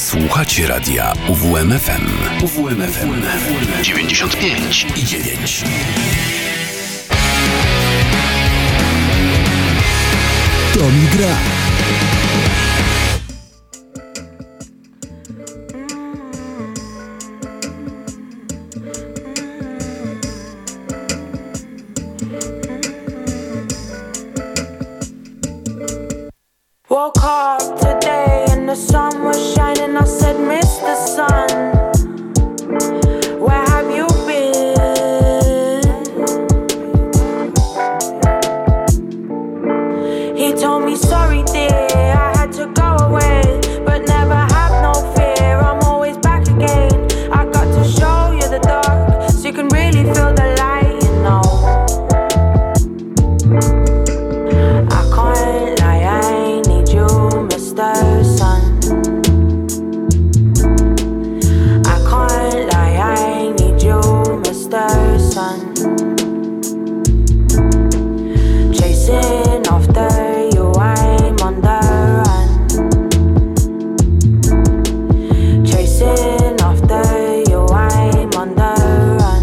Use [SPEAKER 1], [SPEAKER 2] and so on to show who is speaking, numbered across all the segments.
[SPEAKER 1] Słuchacie radia UWMFM. UWMFM 95,9.
[SPEAKER 2] Tomi gra.
[SPEAKER 3] Woke up today and the sun was shining. I said, Mr. Sun, where have you been? He told me, sorry dear, I had to go away, but never have no fear, I'm always back again. I got to show you the dark, so you can really feel the light, you know. I can't lie, I need you, Mr. Sun. I can't lie, I need you, Mr. Sun. Chasing after you, I'm on the run. Chasing after you, I'm on the run.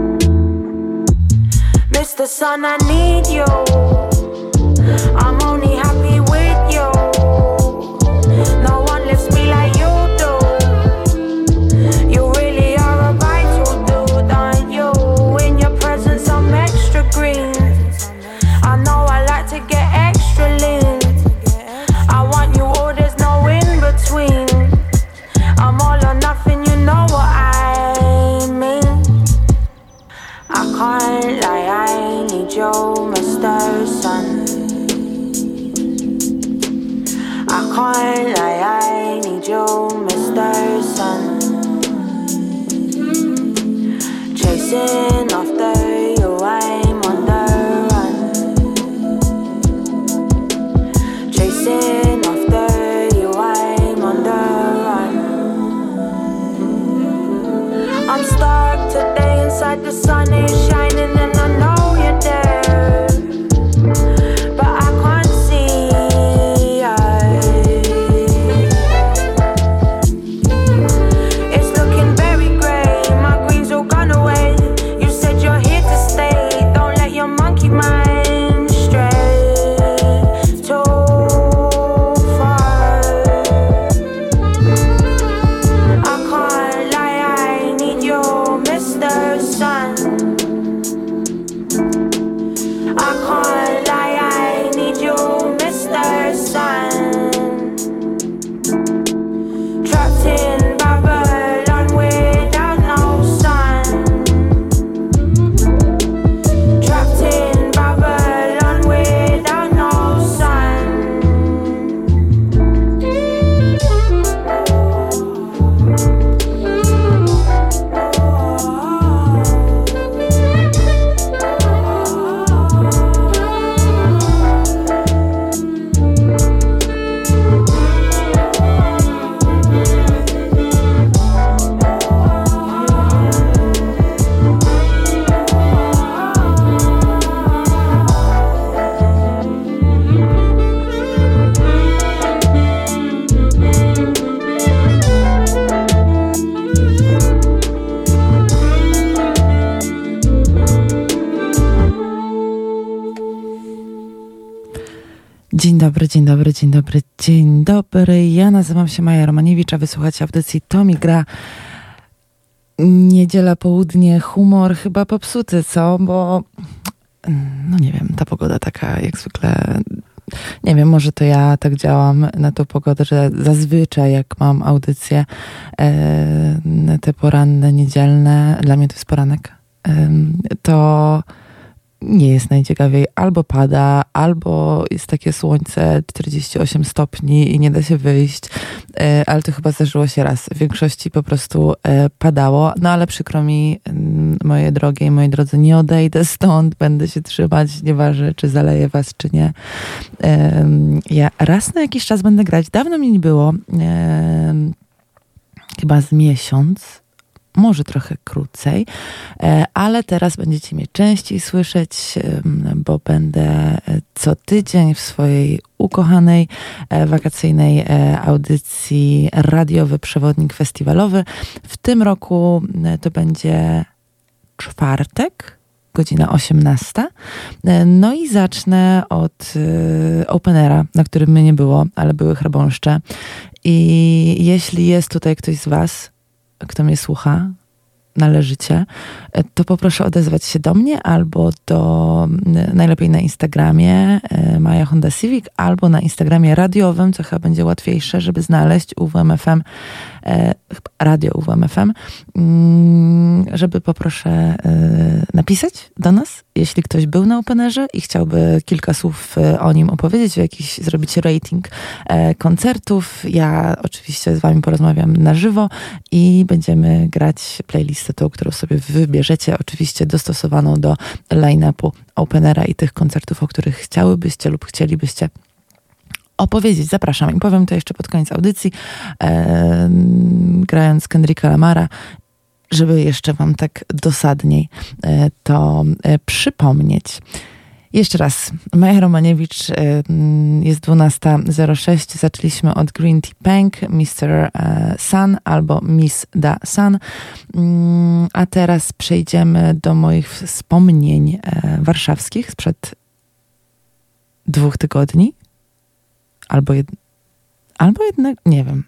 [SPEAKER 3] Mr. Sun, I need you. I'm only happy with you. No one lifts me like you do. You really are a vital dude, aren't you? In your presence I'm extra green. I know I like to get extra lean. I want you all, there's no in between. I'm all or nothing, you know what I mean. I can't lie, I need you, Mr. Sun. I can't lie, I need you, Mr. Sun. Chasing after you, I'm on the run. Chasing after you, I'm on the run. I'm stuck today inside, the sun is shining and I know you're there, but I can't see. It's looking very grey, my green's all gone away. You said you're here to stay, don't let your monkey mind stray too far. I can't lie, I need you, Mr. Sun. I can't lie, I need you, Mr. Sun. Trapped in Babylon without no sun. Trapped in Babylon without no sun.
[SPEAKER 4] Dzień dobry, dzień dobry, dzień dobry, dzień dobry. Ja nazywam się Maja Romaniewicz, a wysłuchacie audycji Tomi gra. Niedziela, południe, humor chyba popsuty, co? Bo, no nie wiem, ta pogoda taka jak zwykle, nie wiem, może to ja tak działam na tą pogodę, że zazwyczaj jak mam audycje te poranne, niedzielne, dla mnie to jest poranek, to nie jest najciekawiej. Albo pada, albo jest takie słońce 48 stopni i nie da się wyjść, ale to chyba zdarzyło się raz. W większości po prostu padało, no ale przykro mi, moje drogie i moi drodzy, nie odejdę stąd, będę się trzymać, nieważne czy zaleję was, czy nie. Ja raz na jakiś czas będę grać, dawno mi nie było, chyba z miesiąc, może trochę krócej, ale teraz będziecie mnie częściej słyszeć, bo będę co tydzień w swojej ukochanej wakacyjnej audycji Radiowy Przewodnik Festiwalowy. W tym roku to będzie czwartek, godzina 18. No i zacznę od openera, na którym mnie nie było, ale były chrabąszcze. I jeśli jest tutaj ktoś z was, kto mnie słucha, należycie, to poproszę odezwać się do mnie albo najlepiej na Instagramie Maja Honda Civic, albo na Instagramie radiowym, co chyba będzie łatwiejsze, żeby znaleźć UWMFM, radio UWMFM, żeby poproszę napisać do nas, jeśli ktoś był na openerze i chciałby kilka słów o nim opowiedzieć, zrobić rating koncertów. Ja oczywiście z wami porozmawiam na żywo i będziemy grać playlistę tą, którą sobie wybierzecie, oczywiście dostosowaną do line-upu openera i tych koncertów, o których chciałybyście lub chcielibyście opowiedzieć. Zapraszam i powiem to jeszcze pod koniec audycji, grając Kendricka Lamara, żeby jeszcze wam tak dosadniej to przypomnieć. Jeszcze raz, Maja Romaniewicz, jest 12:06, zaczęliśmy od Green Tea Punk, Mr. Sun albo Miss Da Sun, a teraz przejdziemy do moich wspomnień warszawskich sprzed 2 tygodni, albo jednego, nie wiem,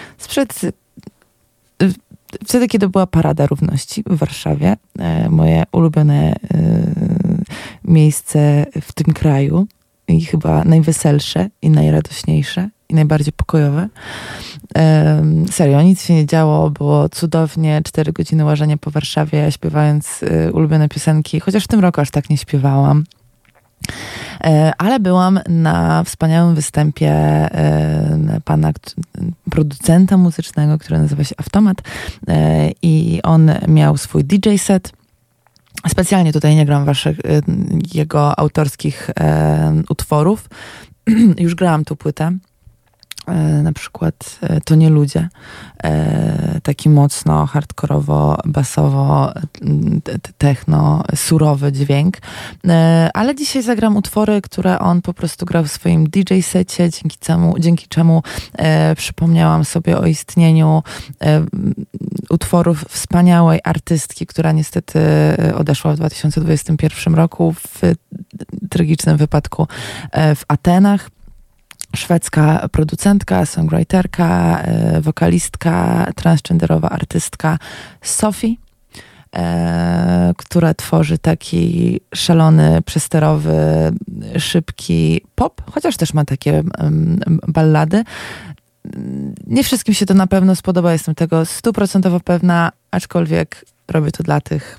[SPEAKER 4] wtedy, kiedy była Parada Równości w Warszawie, moje ulubione miejsce w tym kraju i chyba najweselsze i najradośniejsze i najbardziej pokojowe. Serio, nic się nie działo, było cudownie, 4 godziny łażenia po Warszawie, śpiewając ulubione piosenki, chociaż w tym roku aż tak nie śpiewałam. Ale byłam na wspaniałym występie pana producenta muzycznego, który nazywa się Automat, i on miał swój DJ set. Specjalnie tutaj nie gram jego autorskich utworów. Już grałam tu płytę. Na przykład To nie ludzie, taki mocno hardkorowo, basowo, techno, surowy dźwięk, ale dzisiaj zagram utwory, które on po prostu grał w swoim DJ secie, dzięki czemu przypomniałam sobie o istnieniu utworów wspaniałej artystki, która niestety odeszła w 2021 roku w tragicznym wypadku w Atenach. Szwedzka producentka, songwriterka, wokalistka, transgenderowa artystka Sophie, która tworzy taki szalony, przesterowy, szybki pop, chociaż też ma takie ballady. Nie wszystkim się to na pewno spodoba, jestem tego 100% pewna, aczkolwiek robię to dla tych,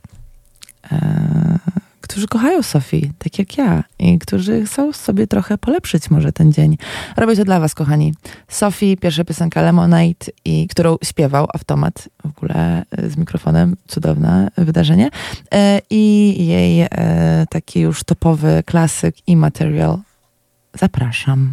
[SPEAKER 4] którzy kochają Sophie, tak jak ja, i którzy chcą sobie trochę polepszyć może ten dzień. Robię to dla was, kochani. Sophie, pierwsza piosenka Lemonade, którą śpiewał Automat, w ogóle z mikrofonem, cudowne wydarzenie, i jej taki już topowy klasyk Immaterial. Zapraszam.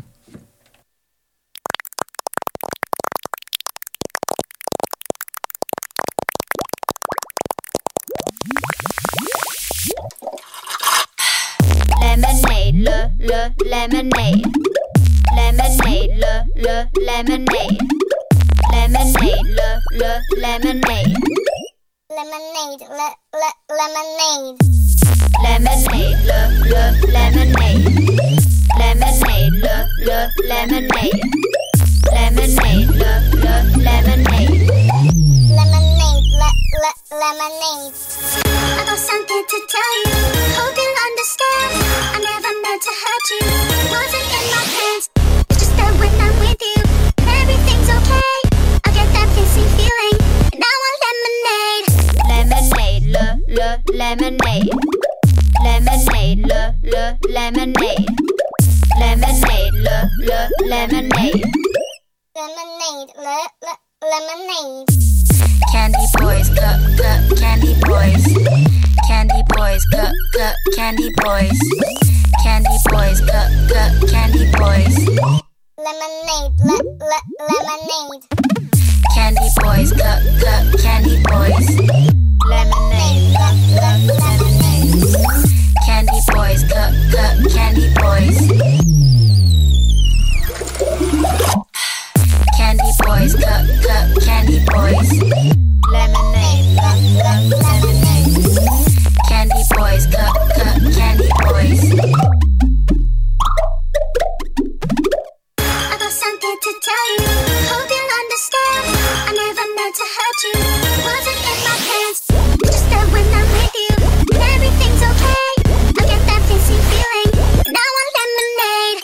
[SPEAKER 5] Lemonade, lemonade, lemonade, lemonade, lemonade, lemonade, lemonade, lemonade, lemonade, lemonade, lemonade, lemonade, lemonade. I got something to tell you. Hope you'll understand. I never meant to hurt you. It wasn't in my plans. It's just that when I'm with you, everything's okay. I get that kissing feeling, and now I'm lemonade. Lemonade, lemonade, lemonade, lemonade, lemonade, lemonade, lemonade, lemonade. Candy boys, candy boys. Candy boys, candy boys. Candy boys, candy boys. Lemonade, lemonade. Candy boys, cup, candy boys. Lemonade, lemonade. Candy boys, cup, candy boys. Candy boys, cup, candy boys. Lemonade, lemonade. Candy boys, cup, candy boys. I got something to tell you. Hope you'll understand. I never meant to hurt you. Wasn't in my pants. Just that when I'm with you, everything's okay. I get that fancy feeling. Now I'm lemonade.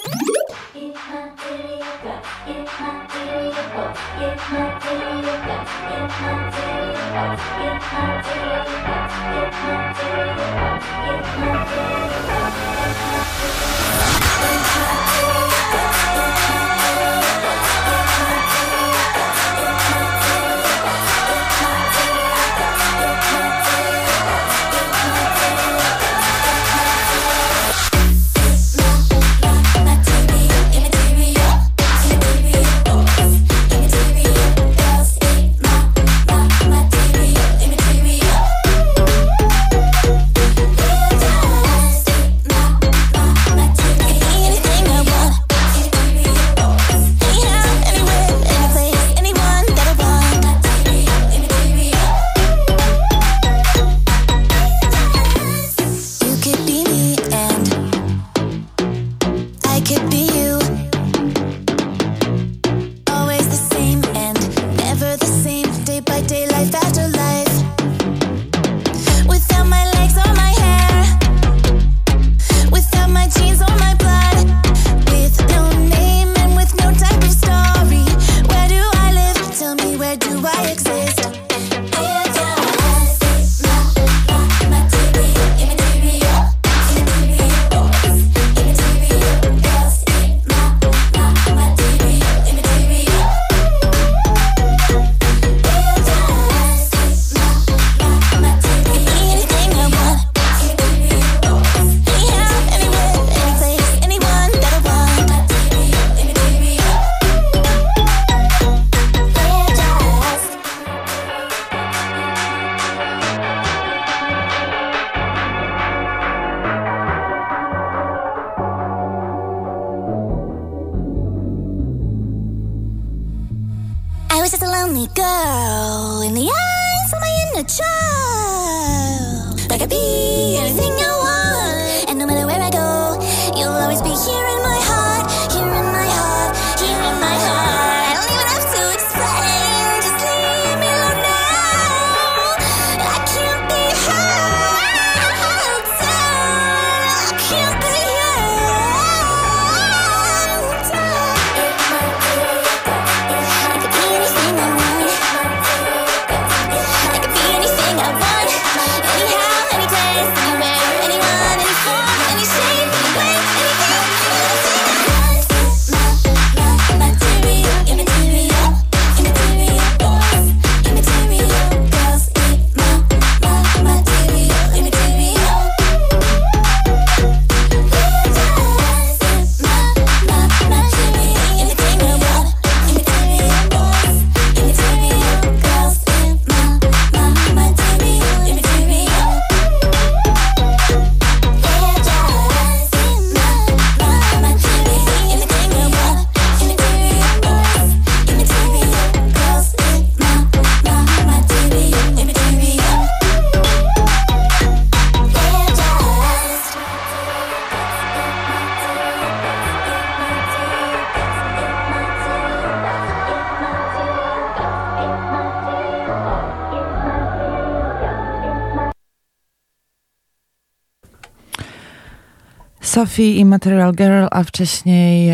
[SPEAKER 4] Sophie i Material Girl, a wcześniej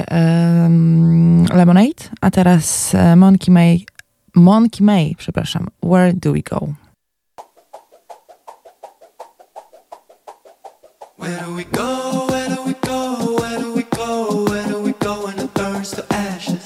[SPEAKER 4] Lemonade, a teraz Monkey May, przepraszam, Where Do We Go?
[SPEAKER 6] Where do we go? Where do we go? Where do we go? Where do we go when it burns to ashes?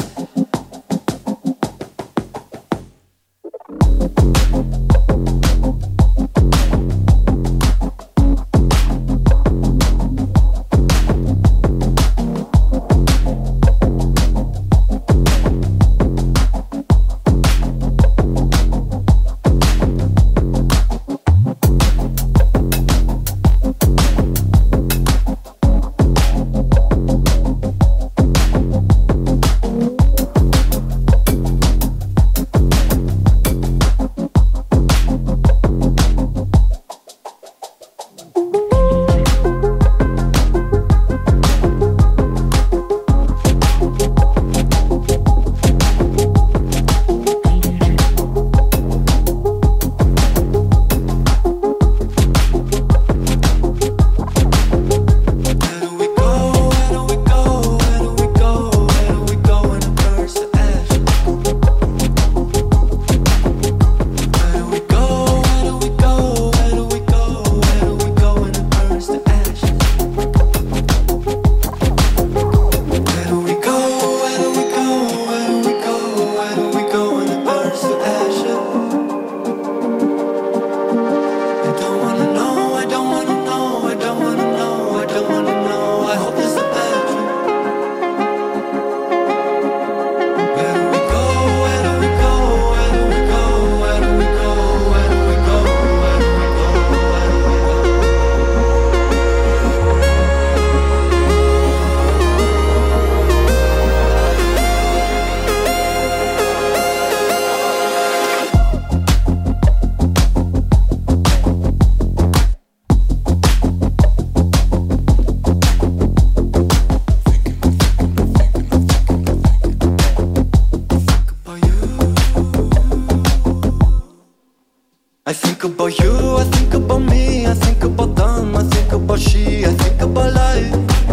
[SPEAKER 6] think about you, I think about me, I think about them, I think about she, I think about life.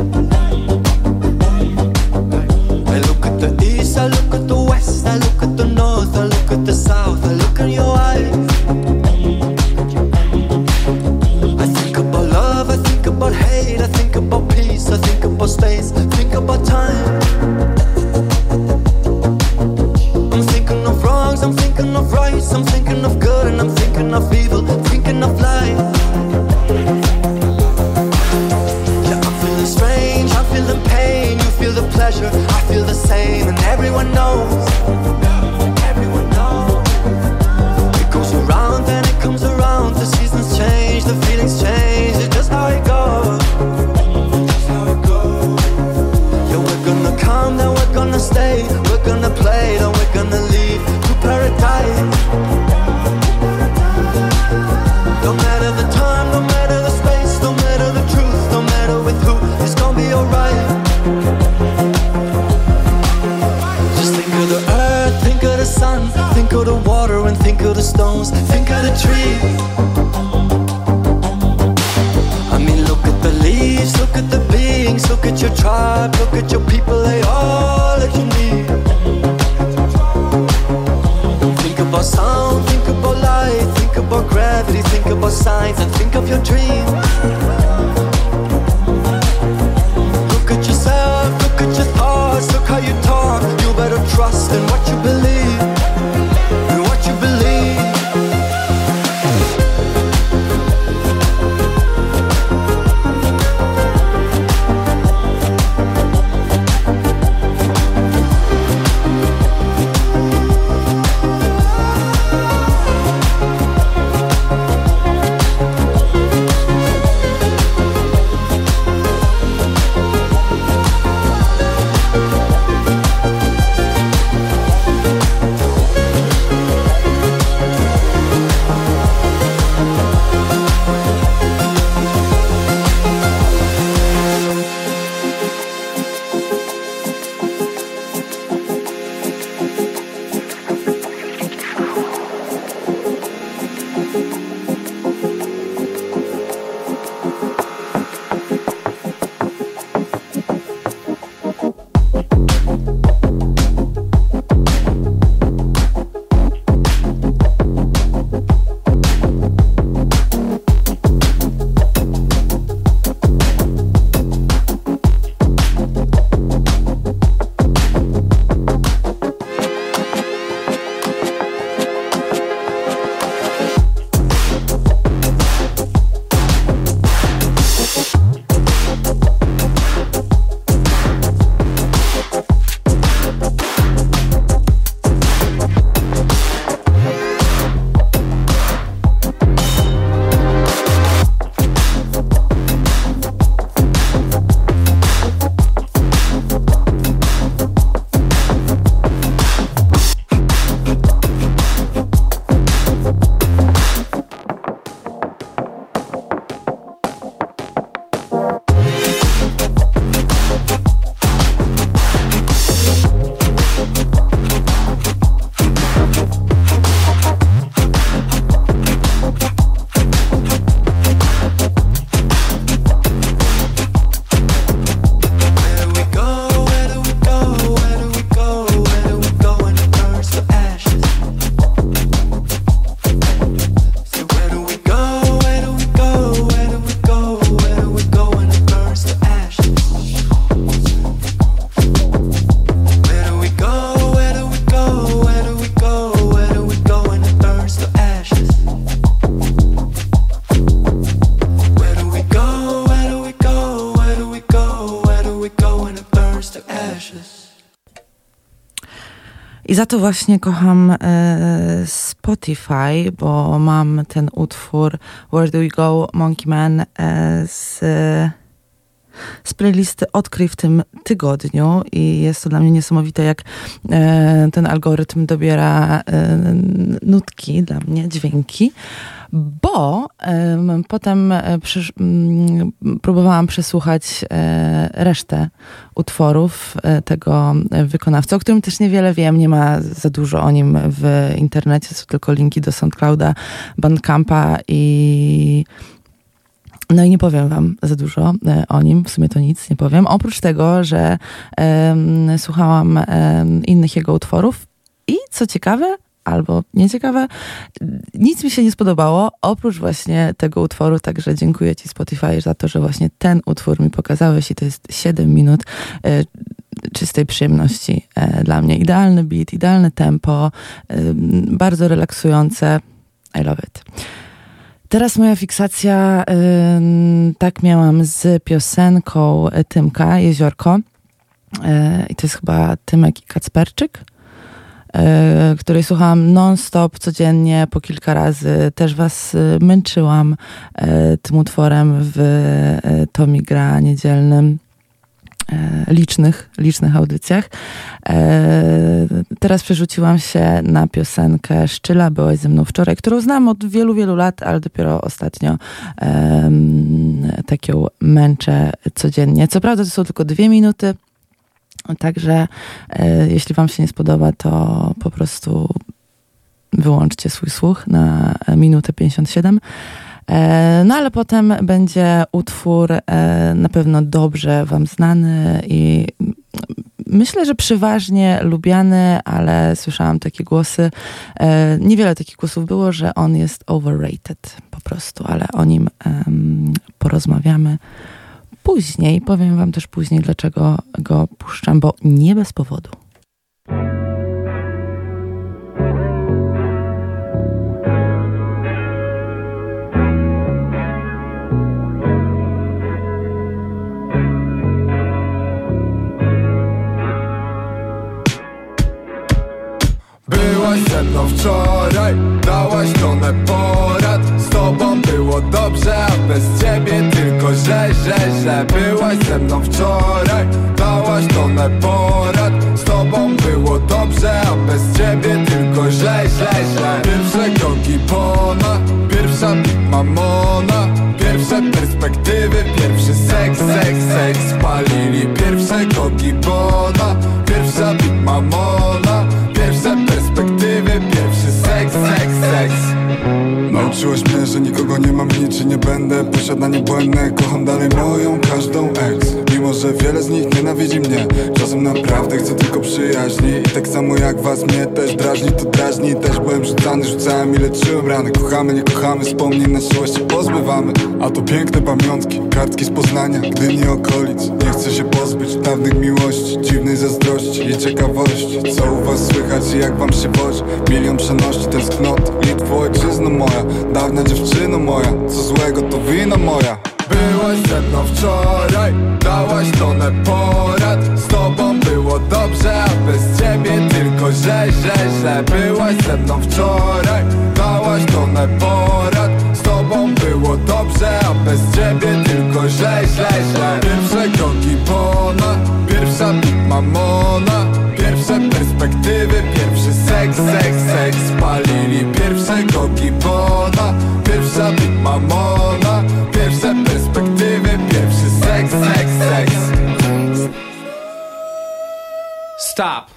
[SPEAKER 6] I look at the east, I look at the west, I look at the north, I look at the south, I look in your eyes. I think about love, I think about hate, I think about peace, I think about space, I think about time. I'm thinking of wrongs, I'm thinking of rights, I'm thinking of good and I'm thinking of evil, thinking of life. Yeah, I'm feeling strange, I'm feeling pain, you feel the pleasure, I feel the same, and everyone knows. Everyone knows. It goes around and it comes around, the seasons change, the feelings change, it's just how it goes. Just how it goes. Yeah, we're gonna come, then we're gonna stay, we're gonna play, then we're gonna leave to paradise. Don't matter the time, don't matter the space, don't matter the truth, don't matter with who, it's gonna be alright. Just think of the earth, think of the sun, think of the water and think of the stones, think of the trees. I mean, look at the leaves, look at the beings, look at your tribe, look at your people, they all that you need. Think about sound, think about light, think about gravity, think about science, and think of your dreams. Look at yourself, look at your thoughts, look how you talk. You better trust in what you believe, in what you believe.
[SPEAKER 4] I za to właśnie kocham Spotify, bo mam ten utwór Where Do We Go, Monkey Man z z playlisty Odkryj w tym tygodniu i jest to dla mnie niesamowite, jak ten algorytm dobiera nutki dla mnie, dźwięki, bo potem próbowałam przesłuchać resztę utworów tego wykonawcy, o którym też niewiele wiem, nie ma za dużo o nim w internecie, są tylko linki do SoundClouda, Bandcampa i nie powiem wam za dużo o nim, w sumie to nic nie powiem, oprócz tego, że słuchałam innych jego utworów i co ciekawe, albo nieciekawe, nic mi się nie spodobało, oprócz właśnie tego utworu, także dziękuję ci Spotify za to, że właśnie ten utwór mi pokazałeś i to jest 7 minut czystej przyjemności dla mnie. Idealny beat, idealne tempo, bardzo relaksujące. I love it. Teraz moja fiksacja, tak miałam z piosenką Tymka, Jeziorko. I to jest chyba Tymek i Kacperczyk, której słuchałam non-stop, codziennie, po kilka razy. Też was męczyłam tym utworem w Tomi Gra niedzielnym. Licznych audycjach. Teraz przerzuciłam się na piosenkę Szczyla, byłaś ze mną wczoraj, którą znam od wielu, wielu lat, ale dopiero ostatnio tak ją męczę codziennie. Co prawda to są tylko 2 minuty, także jeśli wam się nie spodoba, to po prostu wyłączcie swój słuch na minutę 57. No ale potem będzie utwór na pewno dobrze wam znany i myślę, że przeważnie lubiany, ale słyszałam takie głosy, niewiele takich głosów było, że on jest overrated po prostu, ale o nim porozmawiamy później. Powiem wam też później, dlaczego go puszczam, bo nie bez powodu.
[SPEAKER 7] Byłaś ze mną wczoraj, dałaś tonę porad. Z tobą było dobrze, a bez ciebie tylko źle. Byłaś ze mną wczoraj, dałaś tonę porad. Z tobą było dobrze, a bez ciebie tylko źle. Pierwsze kroki pona, pierwsza mamona, pierwsze perspektywy, pierwszy seks. Spalili pierwsze kroki pona, pierwsza mamona, pierwsze perspektywy, pierwszy seks. Nauczyłaś mnie, że nikogo nie mam nic i nie będę posiadanie błędne. Kocham dalej moją każdą ex, mimo że wiele z nich nienawidzi mnie. Czasem naprawdę chcę tylko przyjaźni i tak samo jak was mnie też drażni, to drażni. Też byłem rzucałem i leczyłem rany. Kochamy, nie kochamy, wspomnień na siłę się pozbywamy. A to piękne pamiątki, kartki z Poznania, Gdyni, okolic. Nie chcę się pozbyć dawnych miłości, dziwnej zazdrości i ciekawości. Co u was słychać i jak wam się wodzi? Milion przenosi tęsknoty, Litwo, ojczyzno moja, dawna dziewczyno moja, co złego to wina moja. Byłaś ze mną wczoraj, dałaś tonę porad. Z tobą było dobrze, a bez ciebie tylko źle. Byłaś ze mną wczoraj, dałaś tonę porad. Z tobą było dobrze, a bez ciebie tylko źle. Pierwsze kroki pona, pierwsza mamona, pierwsze perspektywy, pierwszy seks. Spalili pierwsze kroki pona, pierwsza mamona, pierwsze perspektywy, pierwszy seks.
[SPEAKER 8] Stop.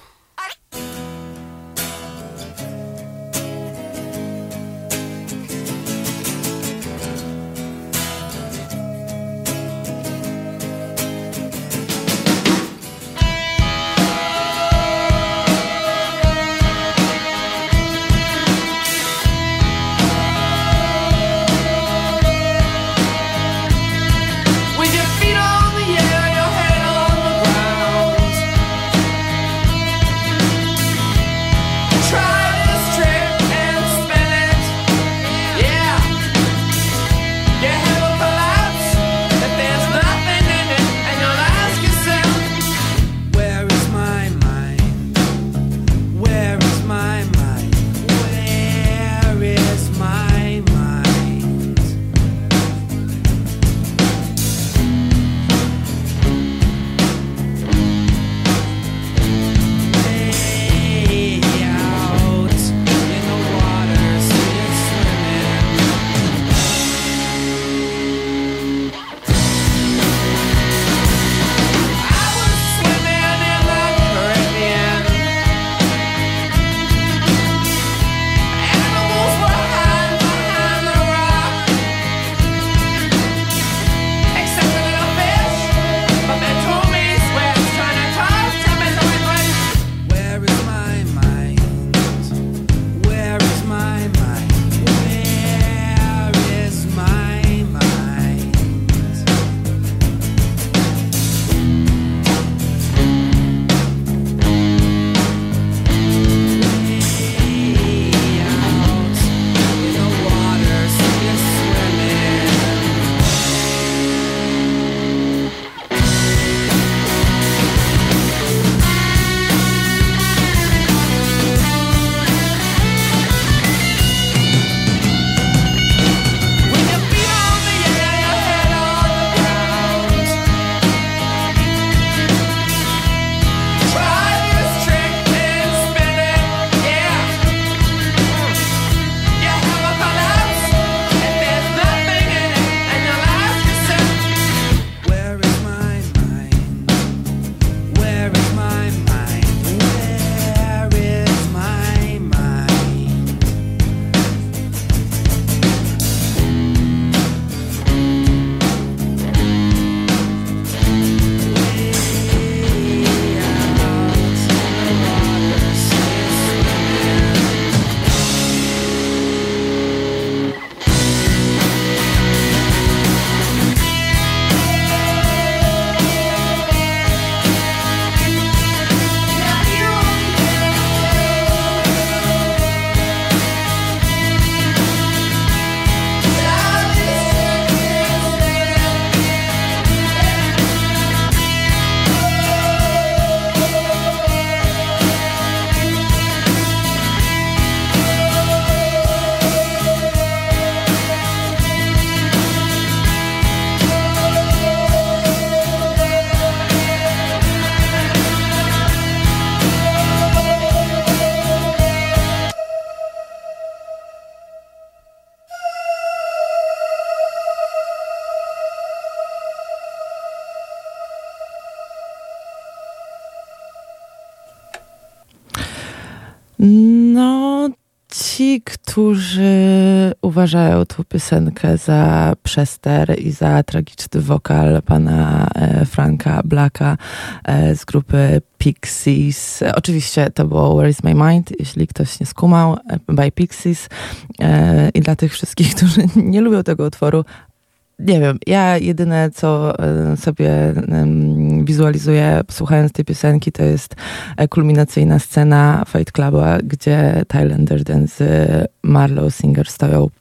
[SPEAKER 4] ci, którzy uważają tę piosenkę za przester i za tragiczny wokal pana Franka Blacka z grupy Pixies. Oczywiście to było Where is my mind, jeśli ktoś nie skumał, by Pixies. I dla tych wszystkich, którzy nie lubią tego utworu, nie wiem, ja jedyne co sobie wizualizuję słuchając tej piosenki, to jest kulminacyjna scena Fight Cluba, gdzie Tyler Durden z Marlowe Singer stoją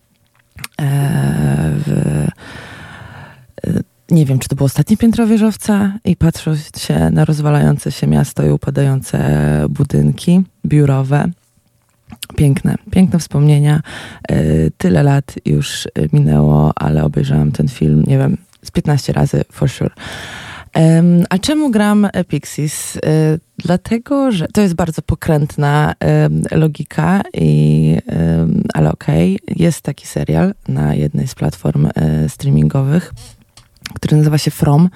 [SPEAKER 4] nie wiem, czy to było ostatnie piętro wieżowca i patrzą się na rozwalające się miasto i upadające budynki biurowe. Piękne wspomnienia. Tyle lat już minęło, ale obejrzałam ten film, nie wiem, z 15 razy for sure. A czemu gram Pixies? Dlatego, że to jest bardzo pokrętna logika, ale okej. Jest taki serial na jednej z platform streamingowych, który nazywa się From.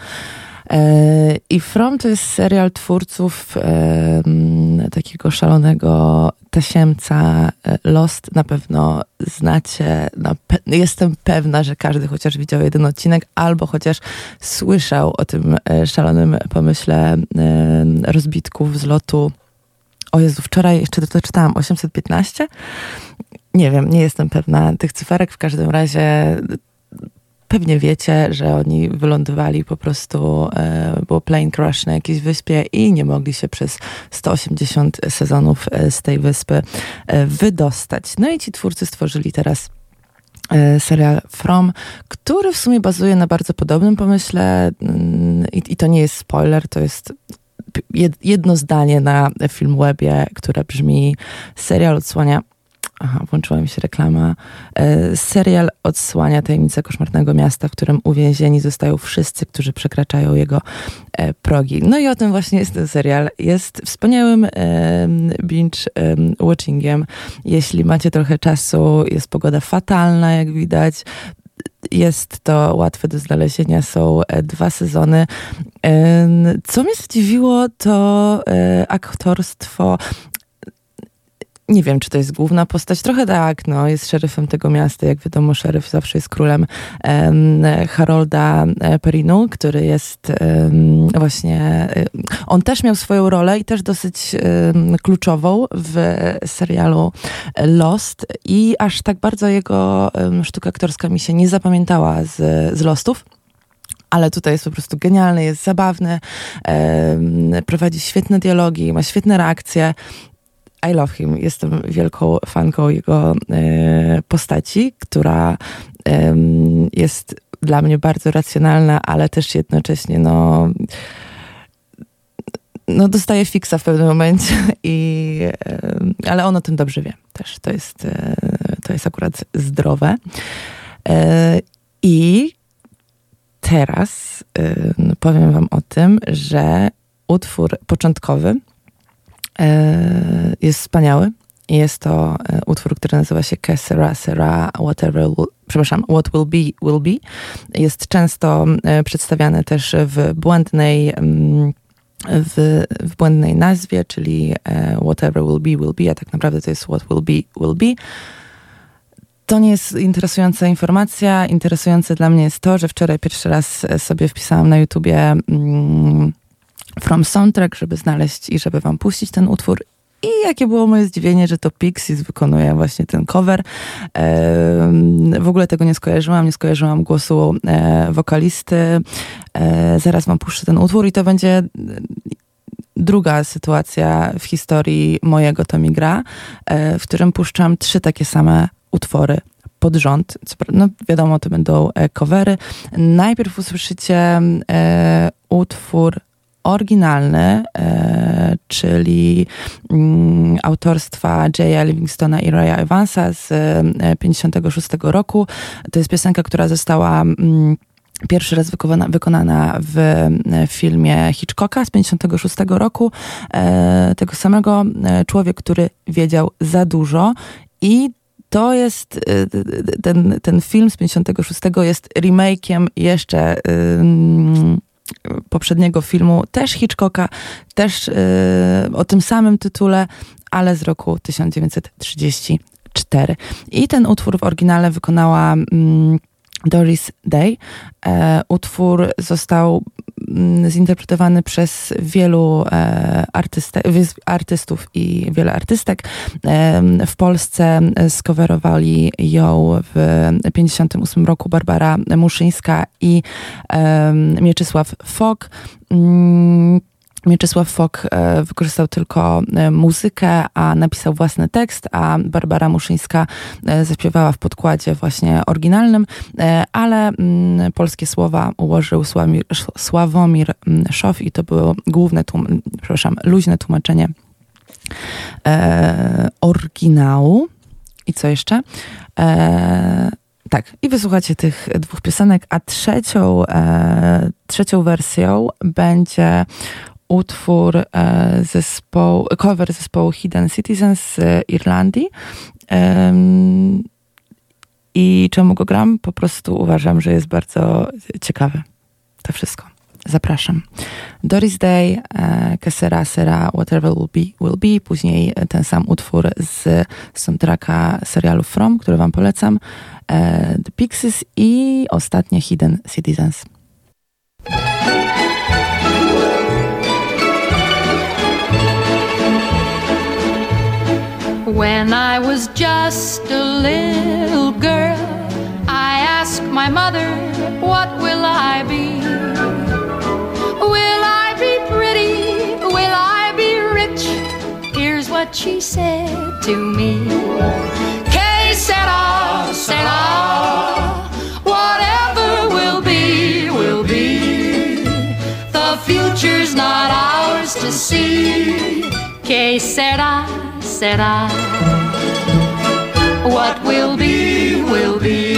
[SPEAKER 4] I From to jest serial twórców takiego szalonego tasiemca Lost. Na pewno znacie, jestem pewna, że każdy chociaż widział jeden odcinek, albo chociaż słyszał o tym szalonym pomyśle rozbitków z lotu. O Jezu, wczoraj jeszcze to czytałam, 815? Nie wiem, nie jestem pewna tych cyferek, w każdym razie pewnie wiecie, że oni wylądowali po prostu, było plane crash na jakiejś wyspie i nie mogli się przez 180 sezonów z tej wyspy wydostać. No i ci twórcy stworzyli teraz serial From, który w sumie bazuje na bardzo podobnym pomyśle i to nie jest spoiler, to jest jedno zdanie na Filmwebie, które brzmi: serial odsłania... Aha, włączyła mi się reklama. Serial odsłania tajemnicę koszmarnego miasta, w którym uwięzieni zostają wszyscy, którzy przekraczają jego progi. No i o tym właśnie jest ten serial. Jest wspaniałym binge-watchingiem. Jeśli macie trochę czasu, jest pogoda fatalna, jak widać. Jest to łatwe do znalezienia, są 2 sezony. Co mnie zdziwiło, to aktorstwo. Nie wiem, czy to jest główna postać. Trochę tak, no, jest szeryfem tego miasta. Jak wiadomo, szeryf zawsze jest królem Harolda Perrinu, który jest właśnie... On też miał swoją rolę i też dosyć kluczową w serialu Lost i aż tak bardzo jego sztuka aktorska mi się nie zapamiętała z Lostów. Ale tutaj jest po prostu genialny, jest zabawny, prowadzi świetne dialogi, ma świetne reakcje. I love him. Jestem wielką fanką jego postaci, która jest dla mnie bardzo racjonalna, ale też jednocześnie dostaje fiksa w pewnym momencie, ale on o tym dobrze wie też. To jest akurat zdrowe. I teraz powiem wam o tym, że utwór początkowy jest wspaniały. Jest to utwór, który nazywa się Que Sera Sera, What Will Be, Will Be. Jest często przedstawiany też w błędnej nazwie, czyli Whatever Will Be, Will Be, a tak naprawdę to jest What Will Be, Will Be. To nie jest interesująca informacja. Interesujące dla mnie jest to, że wczoraj pierwszy raz sobie wpisałam na YouTubie From Soundtrack, żeby znaleźć i żeby wam puścić ten utwór. I jakie było moje zdziwienie, że to Pixies wykonuje właśnie ten cover. W ogóle tego nie skojarzyłam głosu wokalisty. Zaraz wam puszczę ten utwór i to będzie druga sytuacja w historii mojego To Mi Gra, w którym puszczam 3 takie same utwory pod rząd. No wiadomo, to będą covery. Najpierw usłyszycie utwór oryginalny, czyli autorstwa Jaya Livingstona i Raya Evansa z 56 roku. To jest piosenka, która została pierwszy raz wykonana w filmie Hitchcocka z 56 roku. Tego samego Człowiek, który wiedział za dużo. I to jest, ten film z 56 jest remake'iem jeszcze poprzedniego filmu, też Hitchcocka, też o tym samym tytule, ale z roku 1934. 4. I ten utwór w oryginale wykonała Doris Day. Utwór został zinterpretowany przez wielu artystów i wiele artystek. W Polsce skowerowali ją w 1958 roku Barbara Muszyńska i Mieczysław Fok. Mieczysław Fok wykorzystał tylko muzykę, a napisał własny tekst, a Barbara Muszyńska zaśpiewała w podkładzie właśnie oryginalnym, ale polskie słowa ułożył Sławomir Szof i to było luźne tłumaczenie oryginału. I co jeszcze? Tak, i wysłuchacie tych dwóch piosenek, a trzecią wersją będzie utwór cover zespołu Hidden Citizens z Irlandii. I czemu go gram? Po prostu uważam, że jest bardzo ciekawy. To wszystko. Zapraszam. Doris Day, Que sera, sera, whatever will be. Później ten sam utwór z soundtracka serialu From, który wam polecam. The Pixies i ostatnie Hidden Citizens.
[SPEAKER 8] When I was just a little girl, I asked my mother, what will I be? Will I be pretty? Will I be rich? Here's what she said to me. Que sera, sera, whatever will be, will be. The future's not ours to see. Que sera, sera, what will be, will be.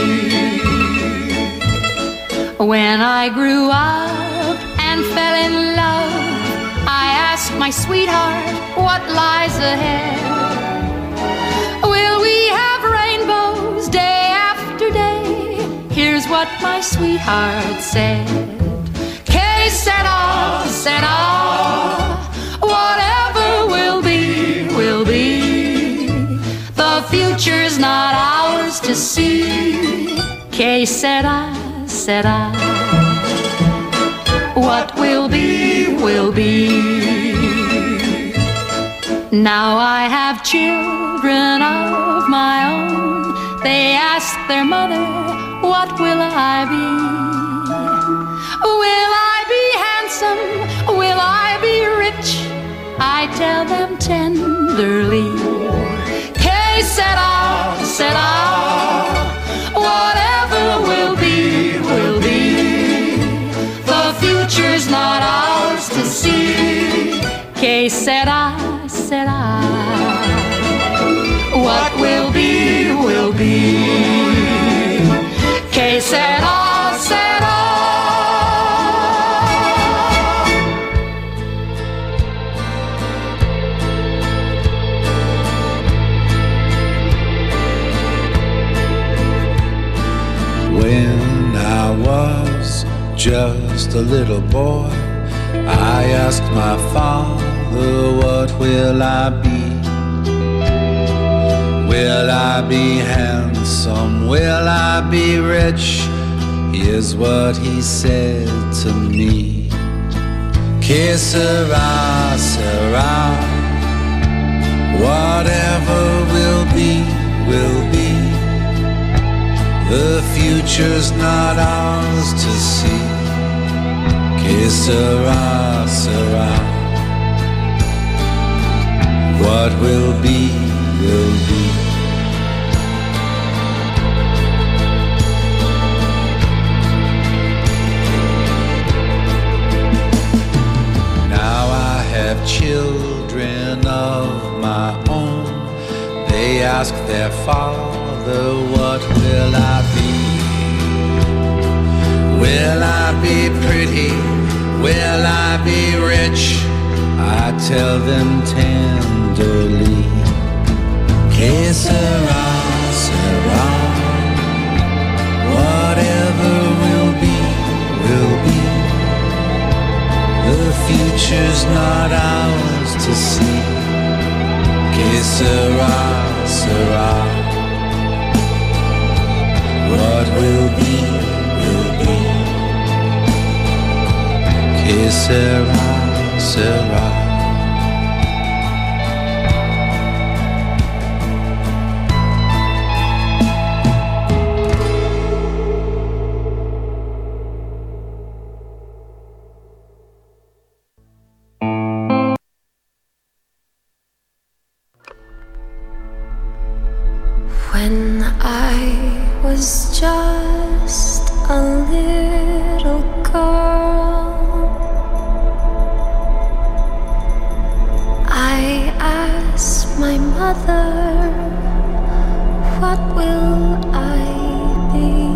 [SPEAKER 8] When I grew up and fell in love, I asked my sweetheart, what lies ahead? Will we have rainbows day after day? Here's what my sweetheart said. Que sera, sera, whatever will be, will be. The future's not ours to see. Que sera, sera, what will be, will be. Now I have children of my own. They ask their mother, what will I be? Will I be handsome? Will I be rich? I tell them tenderly. Que sera, sera, whatever will be, will be. The future's not ours to see. Que sera, sera, what will be, will be. Que sera, sera.
[SPEAKER 9] When I was just a little boy, I asked my father, what will I be? Will I be handsome? Will I be rich? Here's what he said to me. Que sera, sera, whatever will be, will be. The future's not ours to see. Que sera, sera, what will be, will be. Now I have children of my own. They ask their father, what will I be? Will I be pretty? Will I be rich? I tell them tenderly. Que sera, sera, whatever will be, will be. The future's not ours to see. Que sera, sera, sera, sera.
[SPEAKER 8] When I was just a little girl, I asked my mother, what will I be?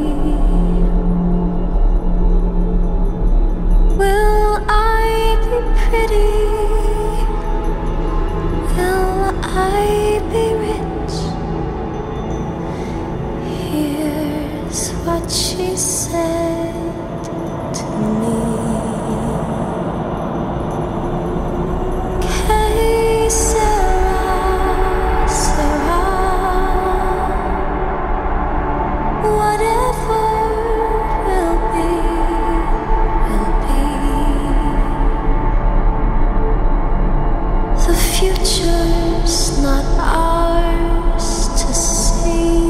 [SPEAKER 8] Will I be pretty? Will I be rich? Here's what she said to me. Que sera, sera. Whatever will be, will be. The future's not ours to see.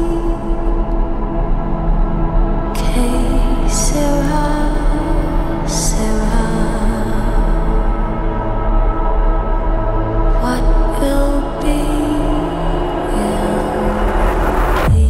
[SPEAKER 8] Sarah, Sarah, what will be, will be.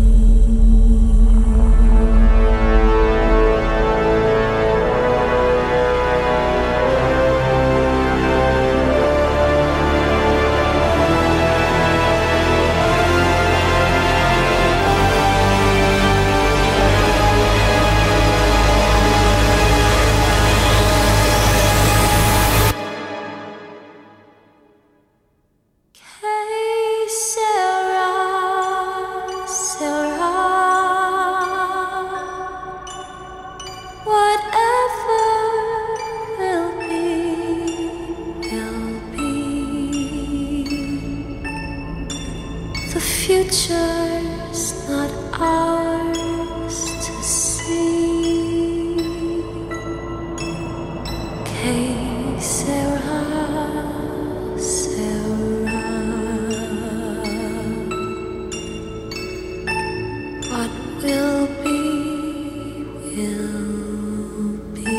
[SPEAKER 8] Future's not ours to see. Que sera, sera. What will be, will be.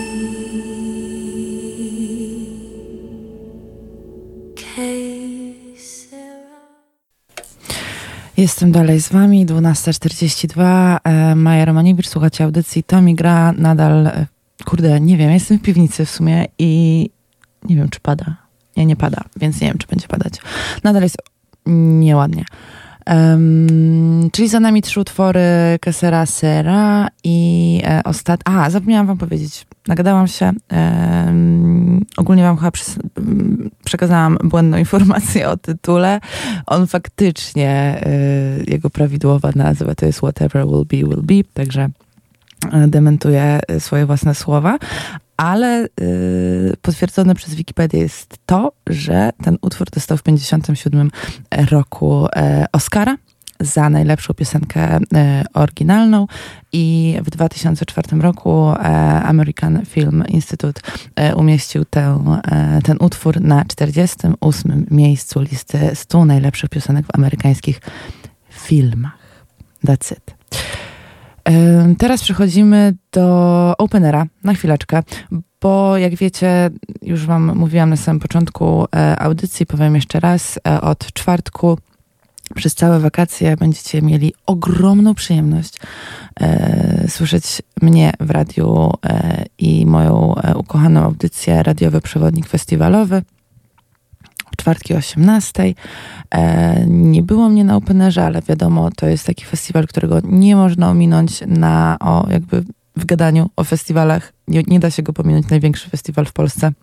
[SPEAKER 8] Que sera.
[SPEAKER 4] Jestem dalej z wami, 12:42, Maja Romaniewicz, słuchacie audycji Tomi gra, nadal, kurde, nie wiem, jestem w piwnicy w sumie i nie wiem, czy pada. Nie pada, więc nie wiem, czy będzie padać. Nadal jest nieładnie. Czyli za nami 3 utwory Que sera, sera i zapomniałam wam powiedzieć, nagadałam się, ogólnie wam chyba przekazałam błędną informację o tytule. On faktycznie, jego prawidłowa nazwa to jest Whatever Will Be, Will Be, także dementuję swoje własne słowa, ale potwierdzone przez Wikipedię jest to, że ten utwór dostał w 1957 roku Oscara za najlepszą piosenkę oryginalną i w 2004 roku American Film Institute umieścił ten utwór na 48. miejscu listy 100 najlepszych piosenek w amerykańskich filmach. That's it. Teraz przechodzimy do Openera na chwileczkę, bo jak wiecie, już wam mówiłam na samym początku audycji, powiem jeszcze raz, od czwartku przez całe wakacje będziecie mieli ogromną przyjemność słyszeć mnie w radiu i moją ukochaną audycję Radiowy Przewodnik Festiwalowy. W czwartki o 18:00. Nie było mnie na Openerze, ale wiadomo, to jest taki festiwal, którego nie można ominąć jakby w gadaniu o festiwalach. Nie da się go pominąć, największy festiwal w Polsce.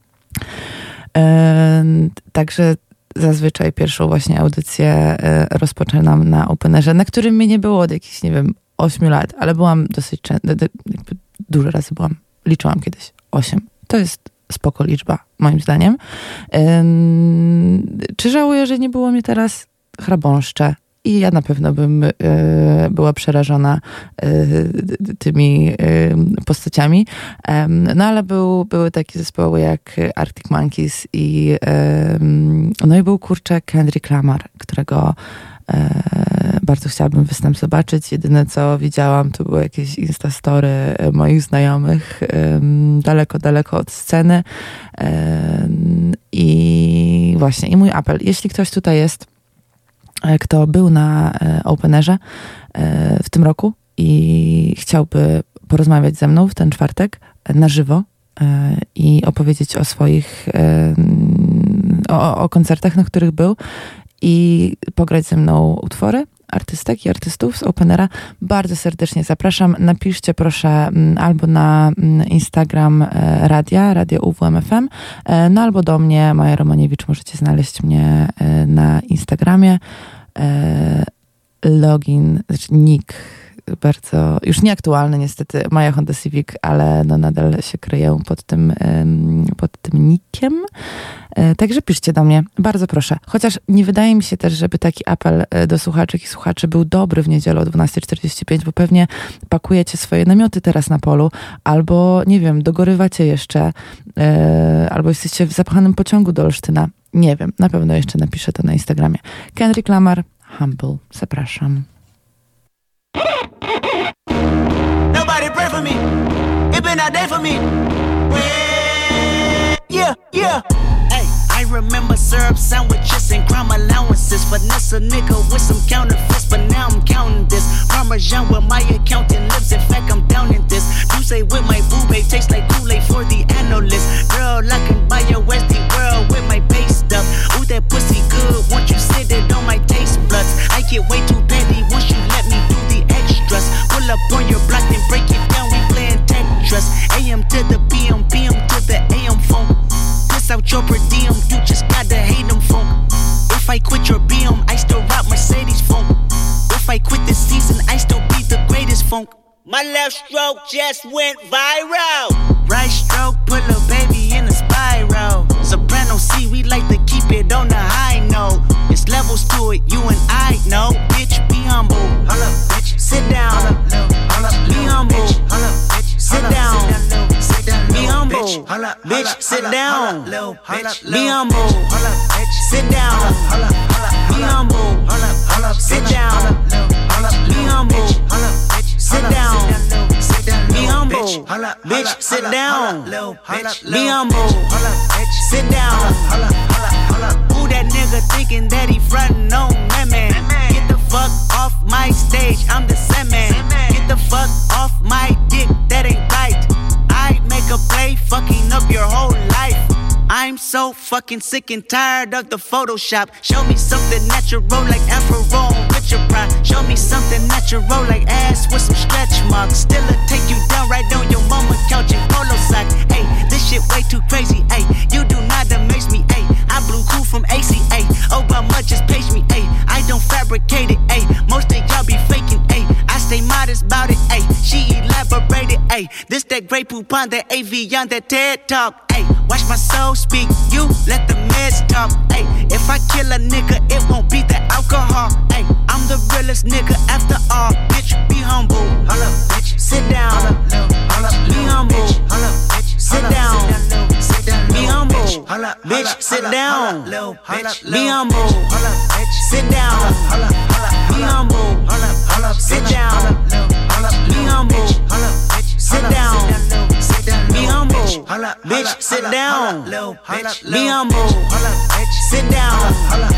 [SPEAKER 4] Także zazwyczaj pierwszą właśnie audycję rozpoczynam na Openerze, na którym mnie nie było od jakichś, 8 lat, ale byłam dosyć dużo razy byłam. Liczyłam kiedyś 8. To jest spoko liczba, moim zdaniem. Czy żałuję, że nie było mnie teraz? Chrabąszczę. i ja na pewno bym była przerażona tymi postaciami. No ale były takie zespoły jak Arctic Monkeys i no i był kurczę Kendrick Lamar, którego bardzo chciałabym występ zobaczyć. Jedyne co widziałam to były jakieś instastory moich znajomych daleko od sceny i właśnie i mój apel, jeśli ktoś tutaj jest, kto był na Openerze w tym roku i chciałby porozmawiać ze mną w ten czwartek na żywo i opowiedzieć o swoich o koncertach, na których był i pograć ze mną utwory artystek i artystów z Openera, bardzo serdecznie zapraszam. Napiszcie proszę albo na Instagram Radio UWMFM, no albo do mnie, Maja Romaniewicz, możecie znaleźć mnie na Instagramie. Login, znaczy nick, bardzo, już nieaktualny niestety, Maja Honda Civic, ale no nadal się kryję pod tym nickiem. Także piszcie do mnie, bardzo proszę. Chociaż nie wydaje mi się też, żeby taki apel do słuchaczek i słuchaczy był dobry w niedzielę o 12:45, bo pewnie pakujecie swoje namioty teraz na polu, albo nie wiem, dogorywacie jeszcze, albo jesteście w zapchanym pociągu do Olsztyna. Nie wiem, na pewno jeszcze napiszę to na Instagramie. Kendrick Lamar, Humble, zapraszam.
[SPEAKER 10] Nobody pray for me. It been a day for me. Yeah. Hey, I remember syrup sandwiches and crime allowances. Finesse a nigga with some counterfeits, but now I'm counting this. Parmesan with my accountant lips. In fact, I'm down in this. You say with my boo babe tastes like Kool-Aid for the analyst. Girl, I can buy your Westie world with my base stuff. Ooh, that pussy good. Once you sit it on my taste buds, I get way too petty once you let me do the extras. Pull up on your block and break it down. We playing Tetris. AM to the PM, PM to the AM phone. Piss out your per diem, you just gotta hate them funk. If I quit your BM, I still rock Mercedes funk. If I quit this season, I still be the greatest funk. My left stroke just went viral. Right stroke put a baby in a spiral. Soprano C, we like to keep it on the high note. It's levels to it, you and I know. Bitch, be humble. Holla, bitch. Sit down. Holla, be humble. Holla, bitch. Sit down. Be humble. Bitch, sit down. Be humble. Sit down. Be humble. Sit down. Be humble. Sit down. Be humble. Bitch, sit down. Be humble. Sit down. Who that nigga thinking that he frontin' on women? Get the fuck off my stage, I'm the Sandman. Get the fuck off my dick, that ain't right. I make a play, fucking up your whole life. I'm so fucking sick and tired of the Photoshop. Show me something natural like Afro with your pride. Show me something natural like ass with some stretch marks. Still'll take you down right on your mama couch in polo socks. Hey, this shit way too crazy. Hey, you do not amaze me. Hey, I blew cool from ACA. Obama just page me. Hey, I don't fabricate it. Hey, most of y'all be faking. Hey, I stay modest about it. Hey, she elaborated. Hey, this that Grey Poupon, that AV on that TED Talk. Ay, watch my soul speak, you let the meds talk. Ay, if I kill a nigga, it won't be the alcohol. Ay, I'm the realest nigga after all. Bitch, be humble. Holla, bitch. Sit down. Holla, be humble. Holla, bitch. Sit down. Be humble. Bitch, sit down. Be humble. Sit down. Be humble. Sit down. Be humble. Sit down. Be humble. Bitch, sit down. Be humble. Sit down.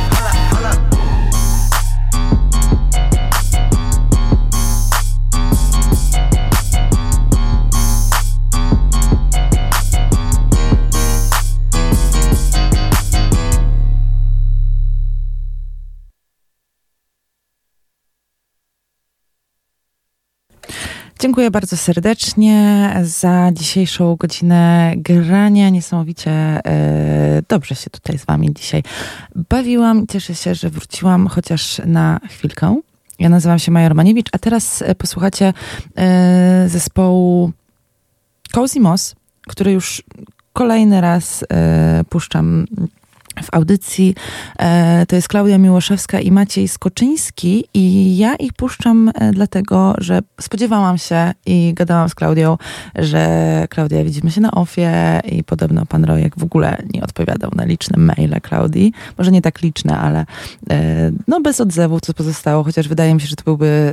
[SPEAKER 4] Dziękuję bardzo serdecznie za dzisiejszą godzinę grania. Niesamowicie dobrze się tutaj z wami dzisiaj bawiłam. Cieszę się, że wróciłam chociaż na chwilkę. Ja nazywam się Maja Romaniewicz, a teraz posłuchacie zespołu Cozy Moss, który już kolejny raz puszczam w audycji. To jest Klaudia Miłoszewska i Maciej Skoczyński i ja ich puszczam dlatego, że spodziewałam się i gadałam z Klaudią, że Klaudia, widzimy się na ofie i podobno pan Rojek w ogóle nie odpowiadał na liczne maile Klaudii. Może nie tak liczne, ale no bez odzewu co pozostało, chociaż wydaje mi się, że to byłby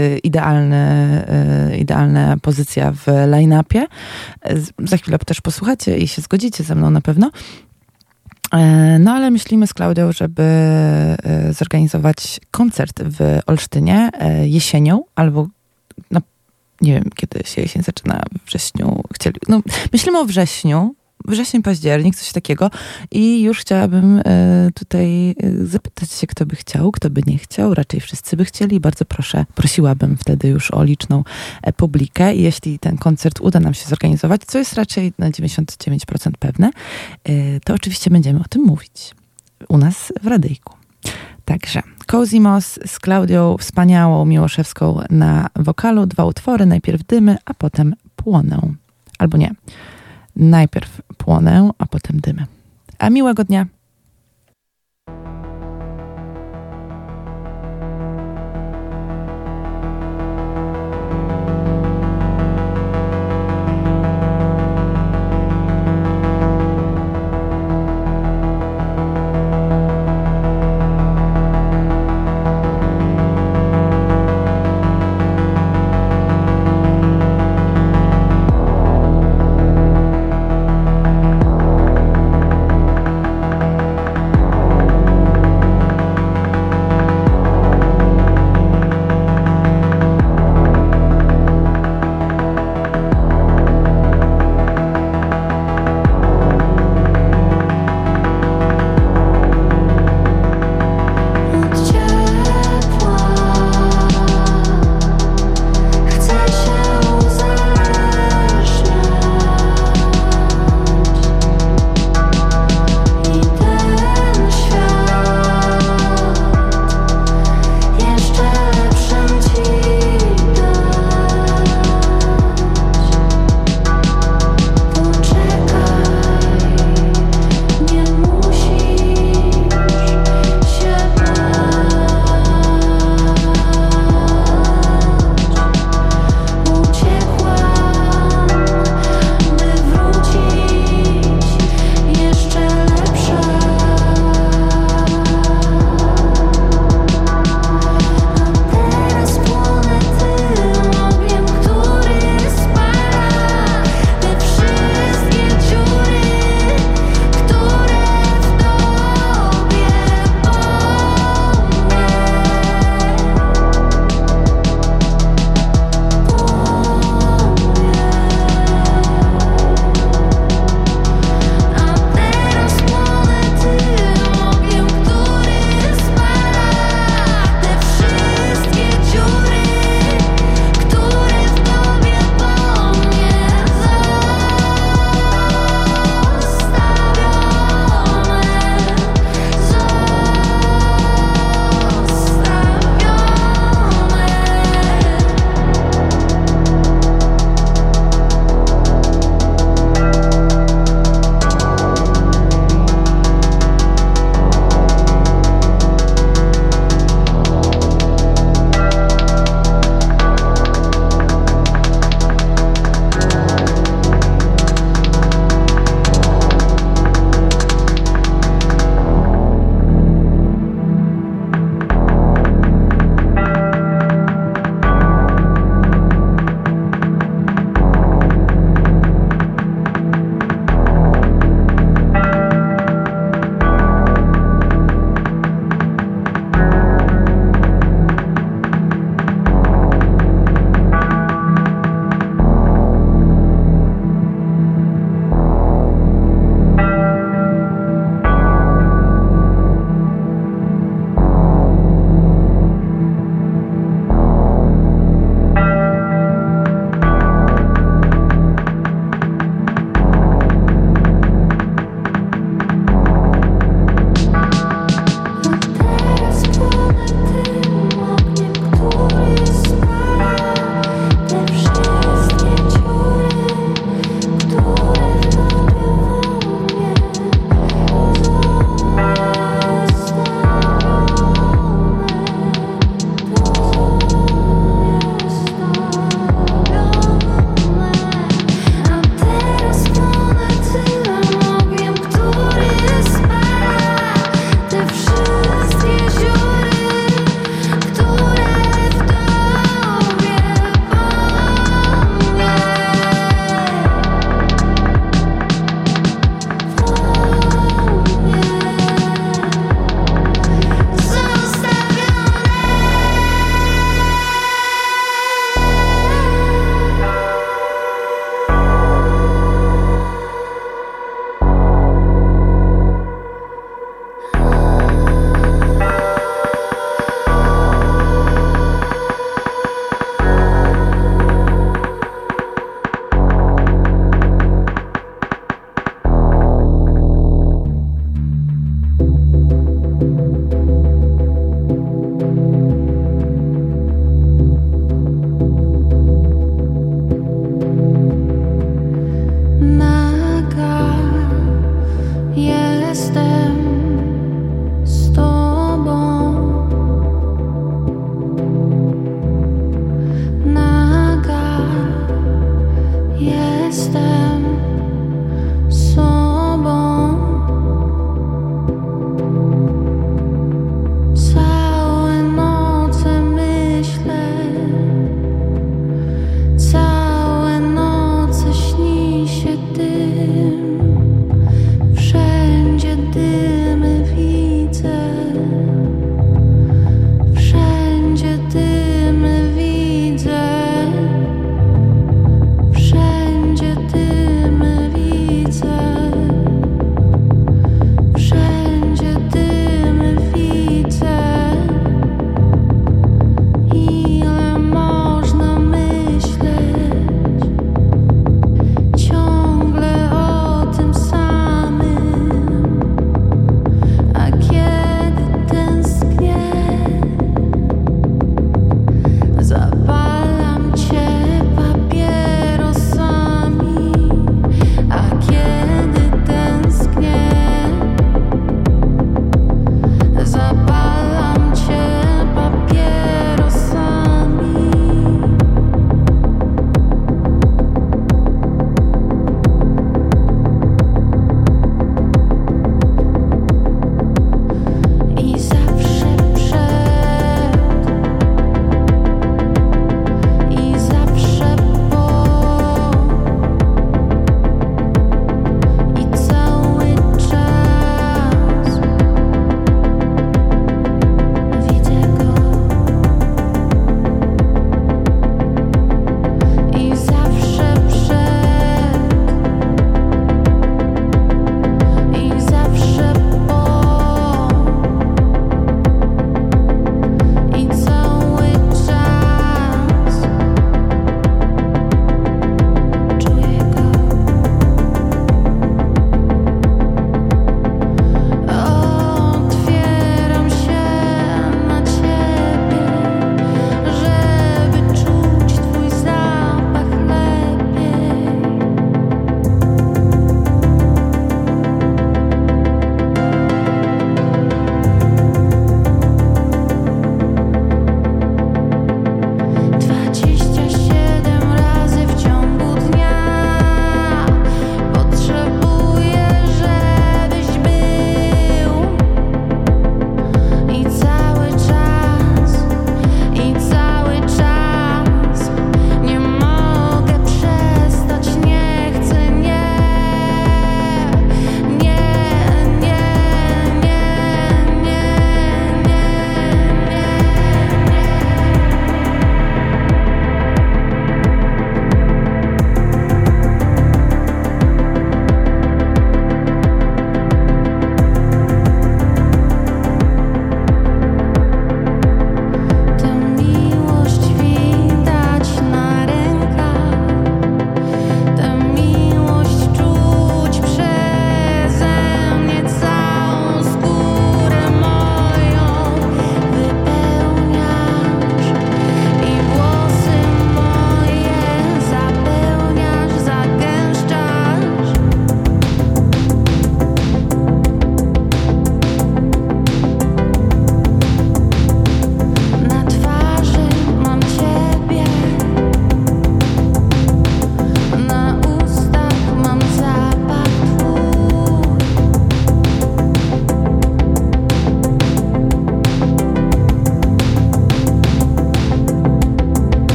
[SPEAKER 4] idealna pozycja w line-upie. Za chwilę też posłuchacie i się zgodzicie ze mną na pewno. No ale myślimy z Klaudią, żeby zorganizować koncert w Olsztynie jesienią, albo no, nie wiem, kiedy się jesień zaczyna, w wrześniu. Myślimy o wrześniu, październik, coś takiego i już chciałabym tutaj zapytać się, kto by chciał, kto by nie chciał, raczej wszyscy by chcieli. Bardzo prosiłabym wtedy już o liczną publikę i jeśli ten koncert uda nam się zorganizować, co jest raczej na 99% pewne, to oczywiście będziemy o tym mówić u nas w radyjku. Także Kozimos z Klaudią Wspaniałą Miłoszewską na wokalu, 2 utwory, najpierw Dymy, a potem Płonę. Albo nie. Najpierw Płonę, a potem Dymy. A miłego dnia.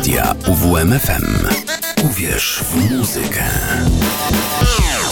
[SPEAKER 1] radia UWMFM. Uwierz w muzykę.